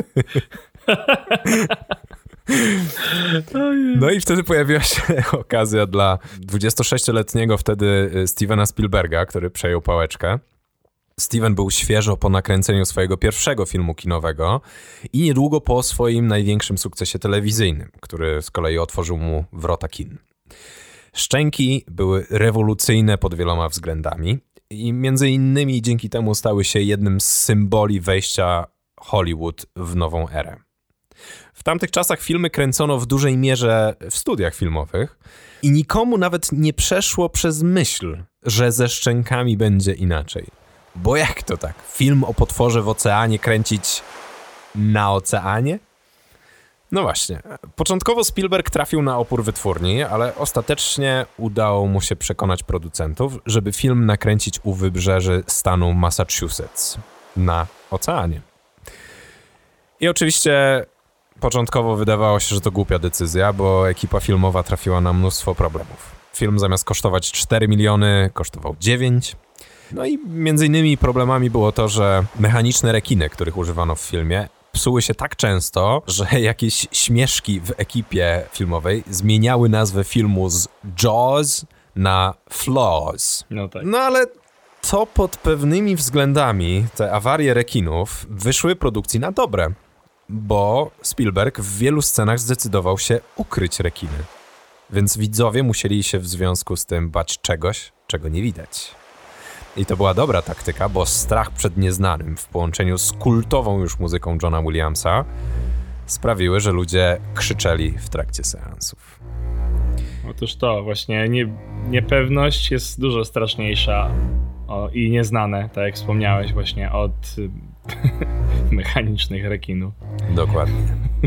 No i wtedy pojawiła się okazja dla dwudziestosześcioletniego wtedy Stevena Spielberga, który przejął pałeczkę. Steven był świeżo po nakręceniu swojego pierwszego filmu kinowego i niedługo po swoim największym sukcesie telewizyjnym, który z kolei otworzył mu wrota kin. Szczęki były rewolucyjne pod wieloma względami i między innymi dzięki temu stały się jednym z symboli wejścia Hollywood w nową erę. W tamtych czasach filmy kręcono w dużej mierze w studiach filmowych i nikomu nawet nie przeszło przez myśl, że ze Szczękami będzie inaczej. Bo jak to tak? Film o potworze w oceanie kręcić na oceanie? No właśnie. Początkowo Spielberg trafił na opór wytwórni, ale ostatecznie udało mu się przekonać producentów, żeby film nakręcić u wybrzeży stanu Massachusetts na oceanie. I oczywiście początkowo wydawało się, że to głupia decyzja, bo ekipa filmowa trafiła na mnóstwo problemów. Film zamiast kosztować cztery miliony, kosztował dziewięć. No i między innymi problemami było to, że mechaniczne rekiny, których używano w filmie, psuły się tak często, że jakieś śmieszki w ekipie filmowej zmieniały nazwę filmu z Jaws na Flaws. No tak. No ale to pod pewnymi względami, te awarie rekinów, wyszły produkcji na dobre, bo Spielberg w wielu scenach zdecydował się ukryć rekiny. Więc widzowie musieli się w związku z tym bać czegoś, czego nie widać. I to była dobra taktyka, bo strach przed nieznanym w połączeniu z kultową już muzyką Johna Williamsa sprawiły, że ludzie krzyczeli w trakcie seansów. Otóż to, właśnie nie, niepewność jest dużo straszniejsza o, i nieznane, tak jak wspomniałeś właśnie, od mechanicznych rekinów. Dokładnie.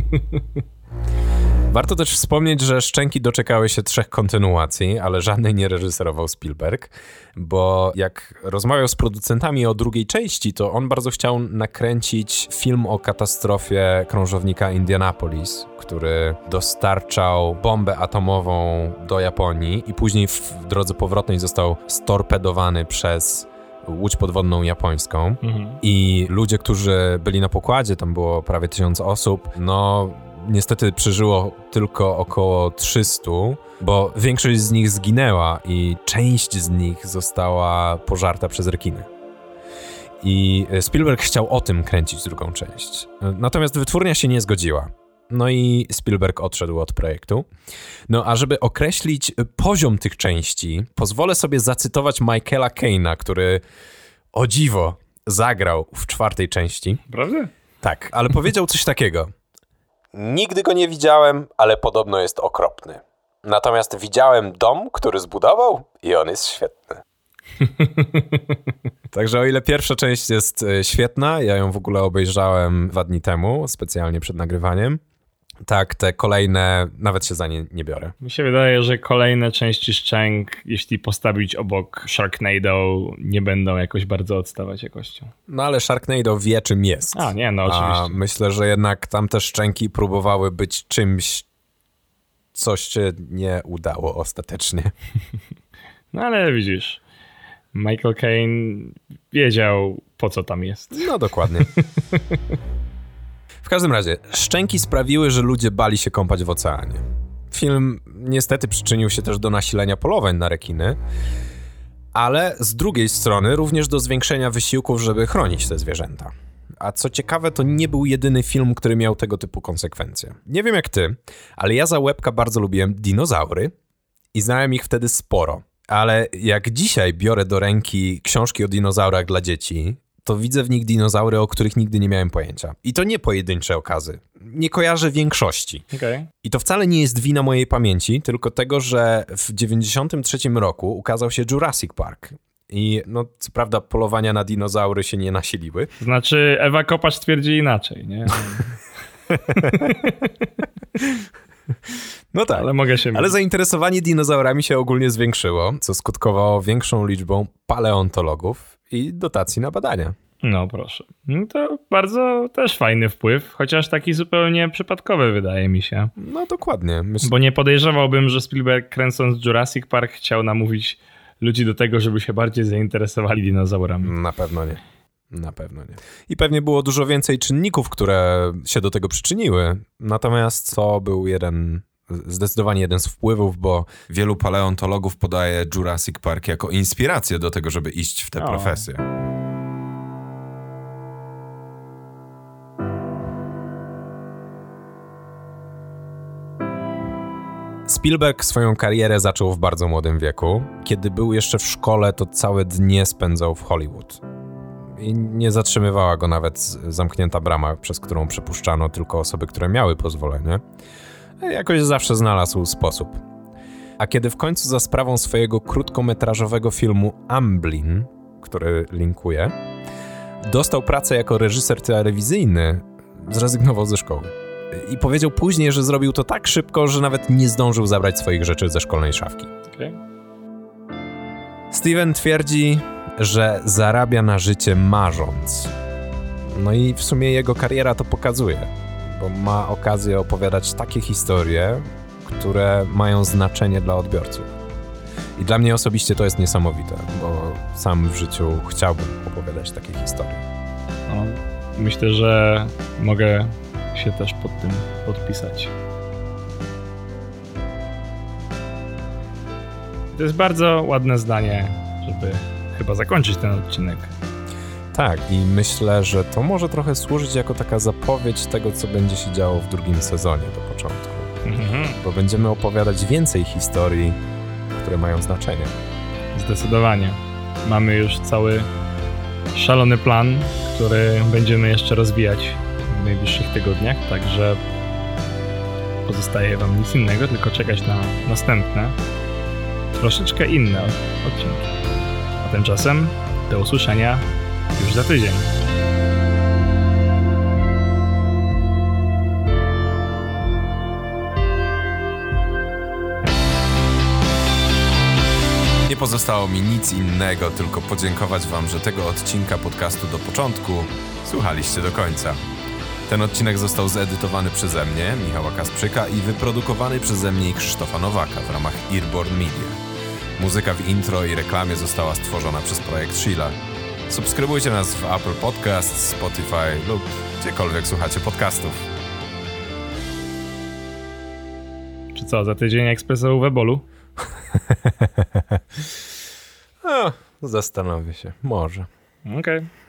Warto też wspomnieć, że Szczęki doczekały się trzech kontynuacji, ale żadnej nie reżyserował Spielberg, bo jak rozmawiał z producentami o drugiej części, to on bardzo chciał nakręcić film o katastrofie krążownika Indianapolis, który dostarczał bombę atomową do Japonii i później w drodze powrotnej został storpedowany przez łódź podwodną japońską. Mhm. I ludzie, którzy byli na pokładzie, tam było prawie tysiąc osób, no niestety przeżyło tylko około trzysta, bo większość z nich zginęła i część z nich została pożarta przez rekiny. I Spielberg chciał o tym kręcić drugą część. Natomiast wytwórnia się nie zgodziła. No i Spielberg odszedł od projektu. No a żeby określić poziom tych części, pozwolę sobie zacytować Michaela Caine'a, który o dziwo zagrał w czwartej części. Prawda? Tak, ale powiedział coś takiego. Nigdy go nie widziałem, ale podobno jest okropny. Natomiast widziałem dom, który zbudował i on jest świetny. Także o ile pierwsza część jest świetna, ja ją w ogóle obejrzałem dwa dni temu, specjalnie przed nagrywaniem, tak te kolejne nawet się za nie nie biorę. Mi się wydaje, że kolejne części Szczęk, jeśli postawić obok Sharknado, nie będą jakoś bardzo odstawać jakością. No ale Sharknado wie, czym jest. A nie, no oczywiście. A myślę, że jednak tamte Szczęki próbowały być czymś, coś się nie udało ostatecznie. No ale widzisz, Michael Caine wiedział, po co tam jest. No dokładnie. W każdym razie, Szczęki sprawiły, że ludzie bali się kąpać w oceanie. Film niestety przyczynił się też do nasilenia polowań na rekiny, ale z drugiej strony również do zwiększenia wysiłków, żeby chronić te zwierzęta. A co ciekawe, to nie był jedyny film, który miał tego typu konsekwencje. Nie wiem jak ty, ale ja za łebka bardzo lubiłem dinozaury i znałem ich wtedy sporo. Ale jak dzisiaj biorę do ręki książki o dinozaurach dla dzieci, to widzę w nich dinozaury, o których nigdy nie miałem pojęcia. I to nie pojedyncze okazy. Nie kojarzę większości. Okay. I to wcale nie jest wina mojej pamięci, tylko tego, że w dziewięćdziesiątym trzecim roku ukazał się Jurassic Park. I no, co prawda polowania na dinozaury się nie nasiliły. Znaczy Ewa Kopacz twierdzi inaczej, nie? No tak, ale, mogę się ale zainteresowanie dinozaurami się ogólnie zwiększyło, co skutkowało większą liczbą paleontologów i dotacji na badania. No proszę. No to bardzo też fajny wpływ, chociaż taki zupełnie przypadkowy wydaje mi się. No dokładnie. Myśl... Bo nie podejrzewałbym, że Spielberg kręcąc Jurassic Park chciał namówić ludzi do tego, żeby się bardziej zainteresowali dinozaurami. Na pewno nie. Na pewno nie. I pewnie było dużo więcej czynników, które się do tego przyczyniły. Natomiast to był jeden, zdecydowanie jeden z wpływów, bo wielu paleontologów podaje Jurassic Park jako inspirację do tego, żeby iść w tę o. profesję. Spielberg swoją karierę zaczął w bardzo młodym wieku. Kiedy był jeszcze w szkole, to całe dnie spędzał w Hollywood. I nie zatrzymywała go nawet zamknięta brama, przez którą przepuszczano tylko osoby, które miały pozwolenie. Jakoś zawsze znalazł sposób. A kiedy w końcu za sprawą swojego krótkometrażowego filmu Amblin, który linkuję, dostał pracę jako reżyser telewizyjny, zrezygnował ze szkoły. I powiedział później, że zrobił to tak szybko, że nawet nie zdążył zabrać swoich rzeczy ze szkolnej szafki. Okay. Steven twierdzi, że zarabia na życie marząc. No i w sumie jego kariera to pokazuje, bo ma okazję opowiadać takie historie, które mają znaczenie dla odbiorców. I dla mnie osobiście to jest niesamowite, bo sam w życiu chciałbym opowiadać takie historie. No, myślę, że mogę się też pod tym podpisać. To jest bardzo ładne zdanie, żeby chyba zakończyć ten odcinek. Tak, i myślę, że to może trochę służyć jako taka zapowiedź tego, co będzie się działo w drugim sezonie do początku. Mhm. Bo będziemy opowiadać więcej historii, które mają znaczenie. Zdecydowanie. Mamy już cały szalony plan, który będziemy jeszcze rozwijać w najbliższych tygodniach, także pozostaje wam nic innego, tylko czekać na następne, troszeczkę inne odcinki. A tymczasem do usłyszenia już za tydzień. Nie pozostało mi nic innego, tylko podziękować wam, że tego odcinka podcastu do początku słuchaliście do końca. Ten odcinek został zedytowany przeze mnie, Michała Kasprzyka, i wyprodukowany przeze mnie i Krzysztofa Nowaka w ramach Earborn Media. Muzyka w intro i reklamie została stworzona przez projekt Sheila. Subskrybujcie nas w Apple Podcasts, Spotify lub gdziekolwiek słuchacie podcastów. Czy co, za tydzień ekspresowy w Ebolu? O, zastanowię się. Może. Okej. Okay.